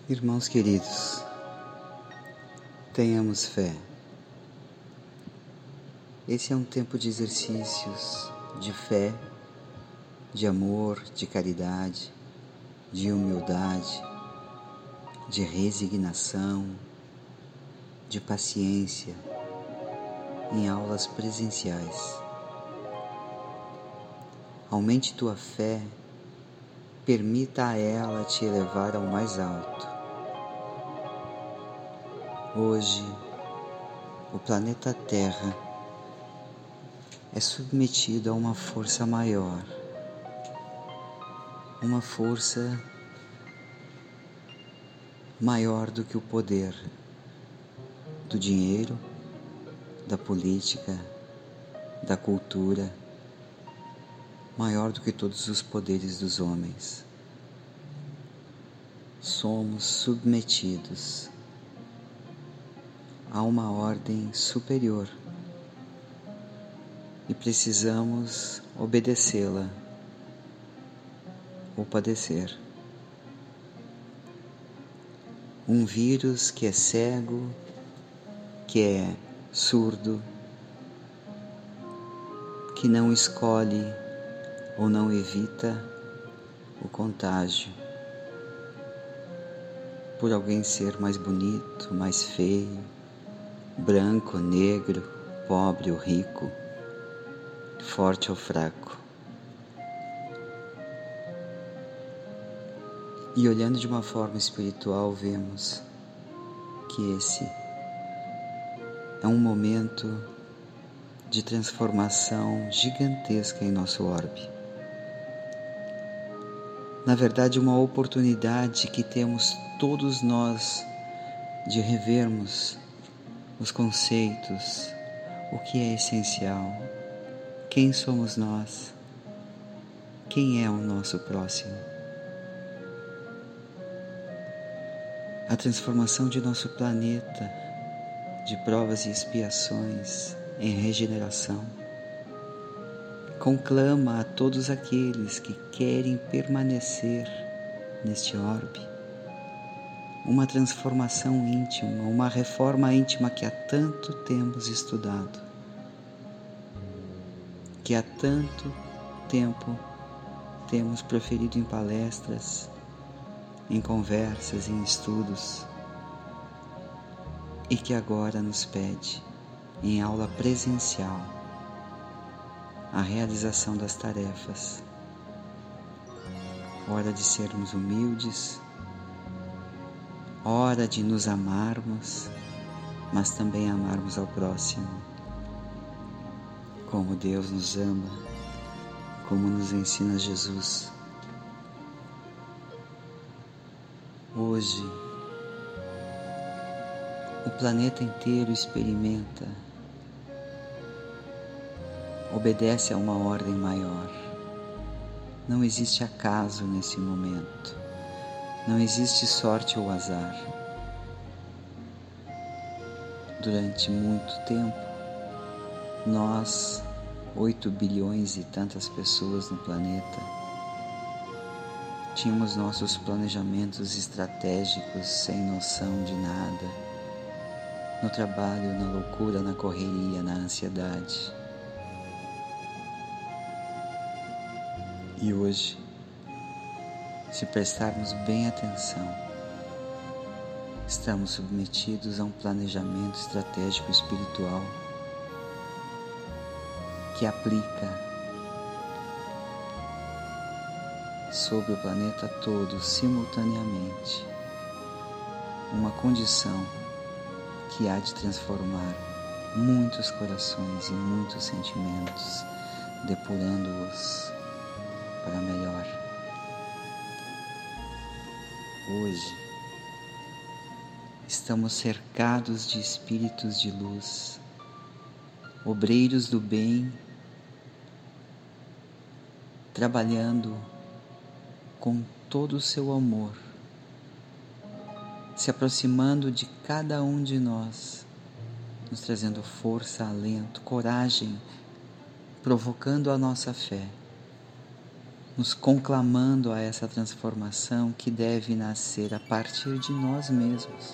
Irmãos queridos, tenhamos fé. Esse é um tempo de exercícios de fé, de amor, de caridade, de humildade, de resignação, de paciência, em aulas presenciais. Aumente tua fé, permita a ela te elevar ao mais alto. Hoje, o planeta Terra é submetido a uma força maior, uma força maior do que o poder do dinheiro, da política, da cultura, maior do que todos os poderes dos homens. Somos submetidos a uma ordem superior e precisamos obedecê-la ou padecer. Um vírus que é cego, que é surdo, que não escolhe ou não evita o contágio por alguém ser mais bonito, mais feio, branco, negro, pobre ou rico, forte ou fraco. E olhando de uma forma espiritual, vemos que esse é um momento de transformação gigantesca em nosso orbe. Na verdade, uma oportunidade que temos todos nós de revermos os conceitos, o que é essencial, quem somos nós, quem é o nosso próximo. A transformação de nosso planeta, de provas e expiações em regeneração, conclama a todos aqueles que querem permanecer neste orbe uma transformação íntima, uma reforma íntima que há tanto temos estudado, que há tanto tempo temos proferido em palestras, em conversas, em estudos, e que agora nos pede, em aula presencial, a realização das tarefas. Hora de sermos humildes, hora de nos amarmos, mas também amarmos ao próximo, como Deus nos ama, como nos ensina Jesus. Hoje, o planeta inteiro experimenta, obedece a uma ordem maior. Não existe acaso nesse momento. Não existe sorte ou azar. Durante muito tempo, nós, 8 bilhões e tantas pessoas no planeta, tínhamos nossos planejamentos estratégicos sem noção de nada, no trabalho, na loucura, na correria, na ansiedade. E hoje, se prestarmos bem atenção, estamos submetidos a um planejamento estratégico espiritual que aplica sobre o planeta todo simultaneamente uma condição que há de transformar muitos corações e muitos sentimentos, depurando-os para melhor. Hoje, estamos cercados de espíritos de luz, obreiros do bem, trabalhando com todo o seu amor, se aproximando de cada um de nós, nos trazendo força, alento, coragem, provocando a nossa fé, nos conclamando a essa transformação que deve nascer a partir de nós mesmos,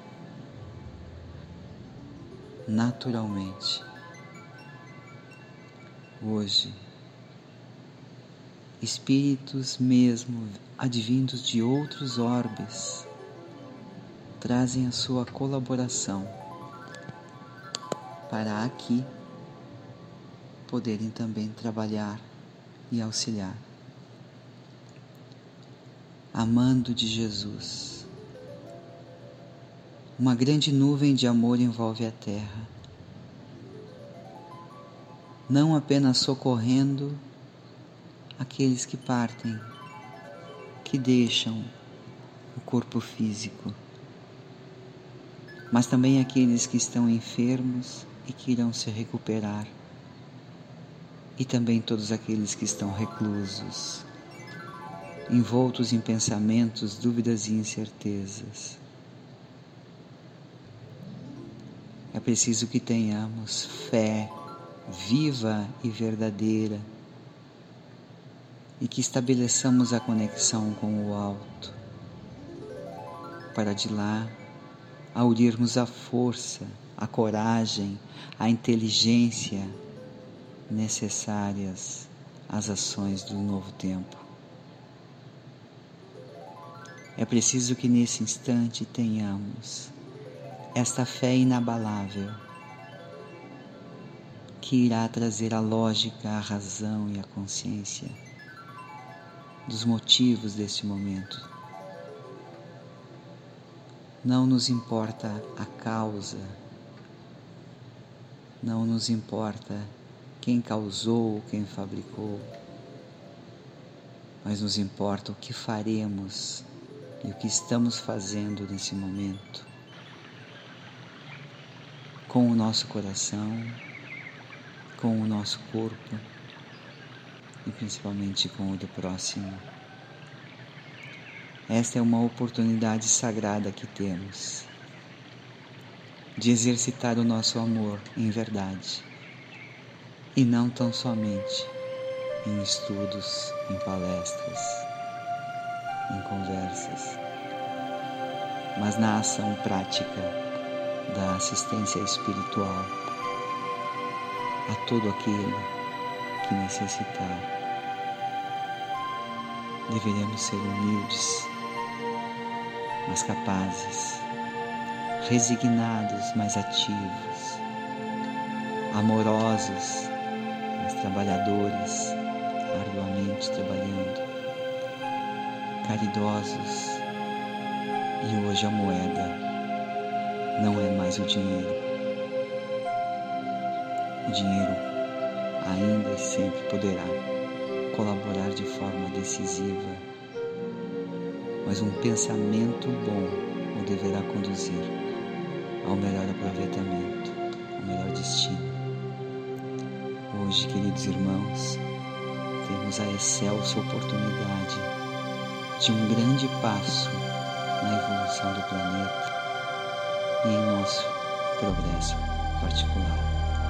naturalmente. Hoje, espíritos mesmo advindos de outros orbes trazem a sua colaboração para aqui poderem também trabalhar e auxiliar. Amando de Jesus, uma grande nuvem de amor envolve a terra, não apenas socorrendo aqueles que partem, que deixam o corpo físico, mas também aqueles que estão enfermos e que irão se recuperar, e também todos aqueles que estão reclusos, envoltos em pensamentos, dúvidas e incertezas. É preciso que tenhamos fé viva e verdadeira e que estabeleçamos a conexão com o alto, para de lá aurirmos a força, a coragem, a inteligência necessárias às ações do novo tempo. É preciso que nesse instante tenhamos esta fé inabalável que irá trazer a lógica, a razão e a consciência dos motivos deste momento. Não nos importa a causa, não nos importa quem causou, quem fabricou, mas nos importa o que faremos e o que estamos fazendo nesse momento, com o nosso coração, com o nosso corpo e principalmente com o do próximo. Esta é uma oportunidade sagrada que temos de exercitar o nosso amor em verdade e não tão somente em estudos, em palestras, em conversas, mas na ação prática da assistência espiritual a todo aquele que necessitar. Deveremos ser humildes, mas capazes, resignados, mas ativos, amorosos, mas trabalhadores, arduamente trabalhando, caridosos. E hoje a moeda não é mais o dinheiro. O dinheiro ainda e sempre poderá colaborar de forma decisiva, mas um pensamento bom o deverá conduzir ao melhor aproveitamento, ao melhor destino. Hoje, queridos irmãos, temos a excelsa oportunidade de um grande passo na evolução do planeta e em nosso progresso particular.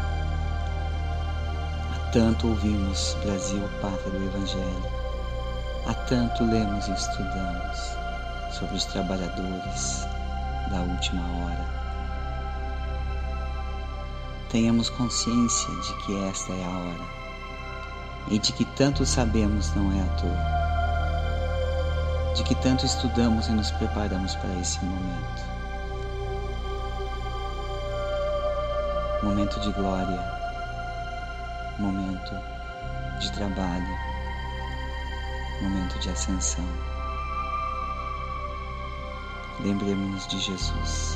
Há tanto ouvimos Brasil, pátria do Evangelho, há tanto lemos e estudamos sobre os trabalhadores da última hora. Tenhamos consciência de que esta é a hora e de que tanto sabemos não é à toa, de que tanto estudamos e nos preparamos para esse momento. Momento de glória, momento de trabalho, momento de ascensão. Lembremos-nos de Jesus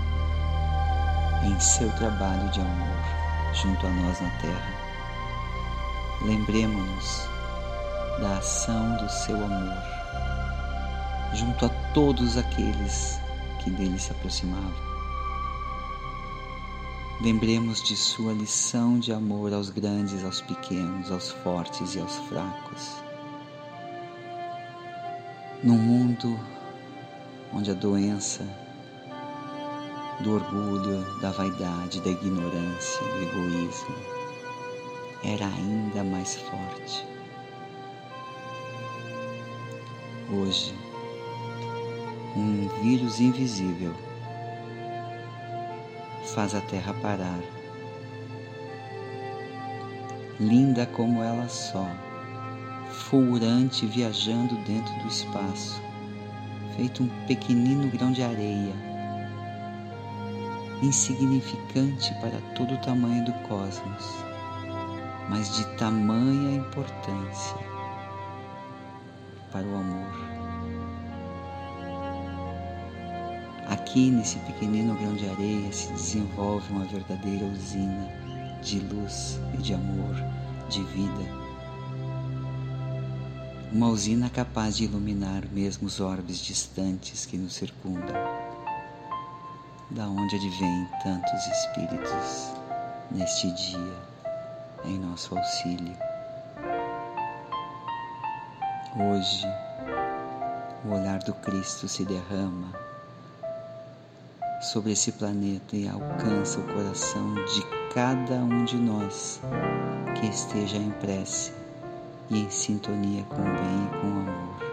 em seu trabalho de amor junto a nós na terra. Lembremos-nos da ação do seu amor junto a todos aqueles que dele se aproximavam. Lembremos de sua lição de amor aos grandes, aos pequenos, aos fortes e aos fracos. Num mundo onde a doença do orgulho, da vaidade, da ignorância, do egoísmo era ainda mais forte. Hoje, um vírus invisível faz a Terra parar, linda como ela só, fulgurante viajando dentro do espaço, feito um pequenino grão de areia, insignificante para todo o tamanho do cosmos, mas de tamanha importância para o amor. Aqui nesse pequenino grão de areia se desenvolve uma verdadeira usina de luz e de amor, de vida. Uma usina capaz de iluminar mesmo os orbes distantes que nos circundam. Da onde advêm tantos espíritos neste dia em nosso auxílio. Hoje, o olhar do Cristo se derrama sobre esse planeta e alcança o coração de cada um de nós que esteja em prece e em sintonia com o bem e com o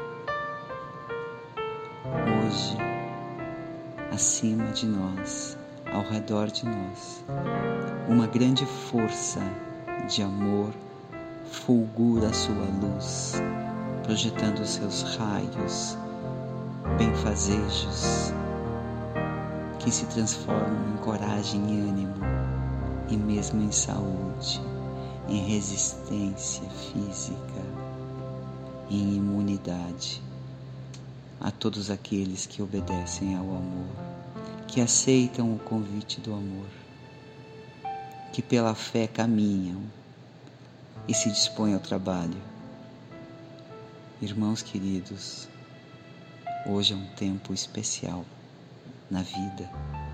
amor. Hoje, acima de nós, ao redor de nós, uma grande força de amor fulgura a sua luz, projetando seus raios benfazejos que se transformam em coragem e ânimo, e mesmo em saúde, em resistência física e em imunidade a todos aqueles que obedecem ao amor, que aceitam o convite do amor, que pela fé caminham e se dispõem ao trabalho. Irmãos queridos, hoje é um tempo especial na vida.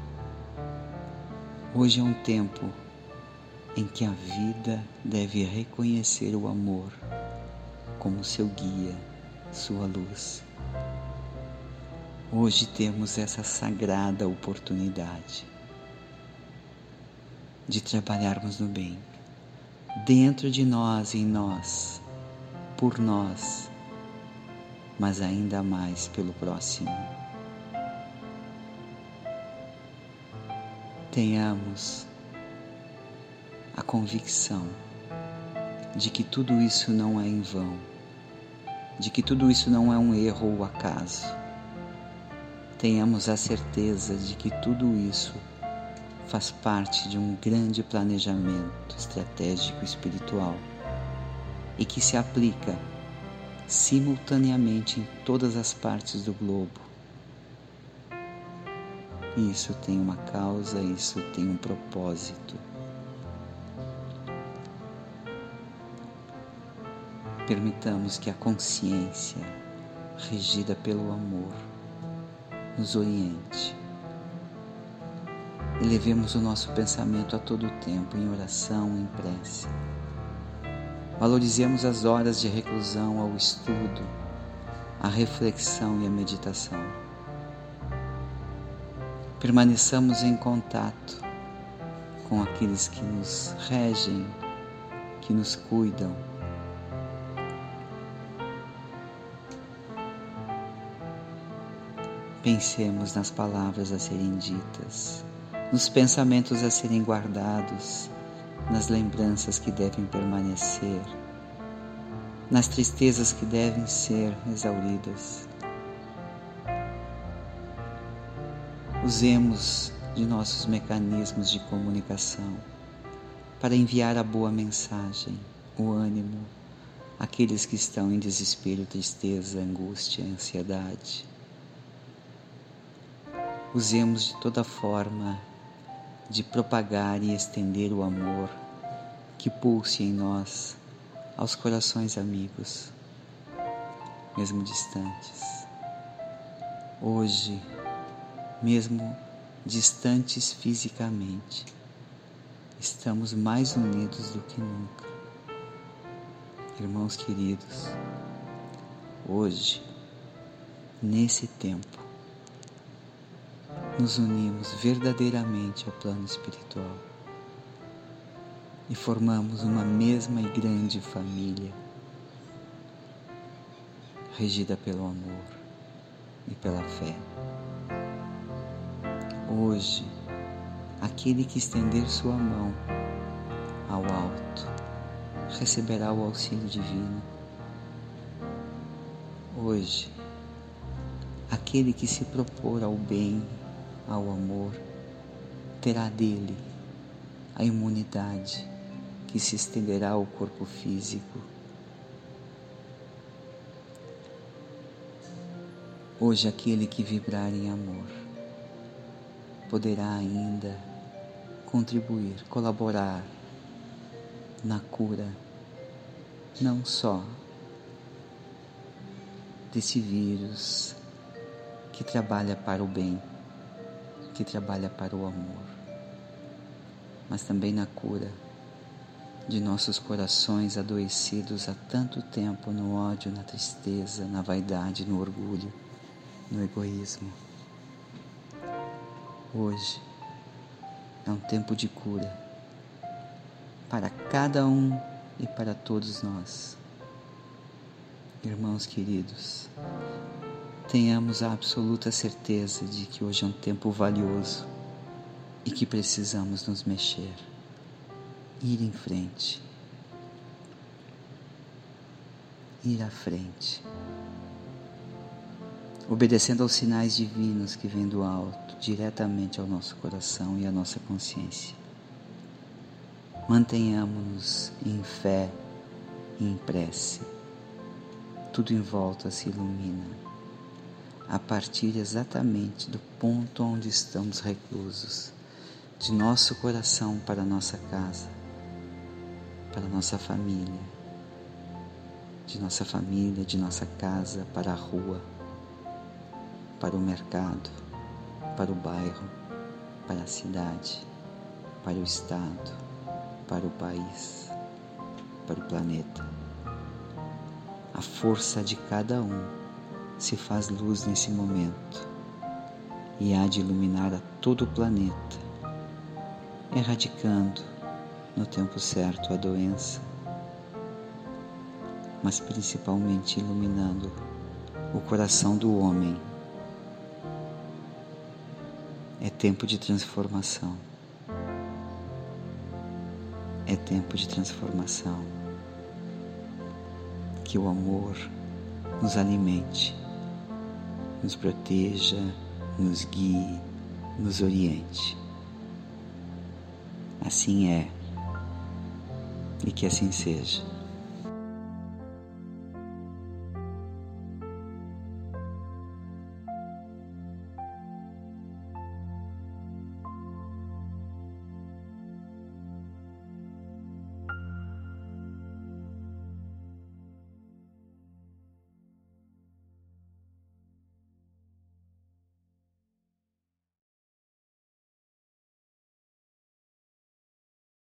Hoje é um tempo em que a vida deve reconhecer o amor como seu guia, sua luz. Hoje temos essa sagrada oportunidade de trabalharmos no bem, dentro de nós, em nós, por nós, mas ainda mais pelo próximo. Tenhamos a convicção de que tudo isso não é em vão, de que tudo isso não é um erro ou acaso. Tenhamos a certeza de que tudo isso faz parte de um grande planejamento estratégico espiritual e que se aplica simultaneamente em todas as partes do globo. Isso tem uma causa, isso tem um propósito. Permitamos que a consciência, regida pelo amor, nos oriente. Elevemos o nosso pensamento a todo tempo em oração, em prece. Valorizemos as horas de reclusão ao estudo, à reflexão e à meditação. Permaneçamos em contato com aqueles que nos regem, que nos cuidam. Pensemos nas palavras a serem ditas, nos pensamentos a serem guardados, nas lembranças que devem permanecer, nas tristezas que devem ser exauridas. Usemos de nossos mecanismos de comunicação para enviar a boa mensagem, o ânimo, àqueles que estão em desespero, tristeza, angústia, ansiedade. Usemos de toda forma de propagar e estender o amor que pulse em nós aos corações amigos, mesmo distantes. Hoje, mesmo distantes fisicamente, estamos mais unidos do que nunca. Irmãos queridos, hoje, nesse tempo, nos unimos verdadeiramente ao plano espiritual e formamos uma mesma e grande família, regida pelo amor e pela fé. Hoje, aquele que estender sua mão ao alto receberá o auxílio divino. Hoje, aquele que se propor ao bem, ao amor, terá dele a imunidade que se estenderá ao corpo físico. Hoje, aquele que vibrar em amor poderá ainda contribuir, colaborar na cura não só desse vírus que trabalha para o bem, que trabalha para o amor, mas também na cura de nossos corações adoecidos há tanto tempo no ódio, na tristeza, na vaidade, no orgulho, no egoísmo. Hoje é um tempo de cura para cada um e para todos nós. Irmãos queridos, tenhamos a absoluta certeza de que hoje é um tempo valioso e que precisamos nos mexer, ir em frente, ir à frente, obedecendo aos sinais divinos que vêm do alto, diretamente ao nosso coração e à nossa consciência. Mantenhamos-nos em fé e em prece. Tudo em volta se ilumina, a partir exatamente do ponto onde estamos reclusos, de nosso coração para a nossa casa, para a nossa família, de nossa casa para a rua, para o mercado, para o bairro, para a cidade, para o estado, para o país, para o planeta. A força de cada um se faz luz nesse momento e há de iluminar a todo o planeta, erradicando no tempo certo a doença, mas principalmente iluminando o coração do homem. É tempo de transformação. É tempo de transformação. Que o amor nos alimente, nos proteja, nos guie, nos oriente. Assim é, e que assim seja.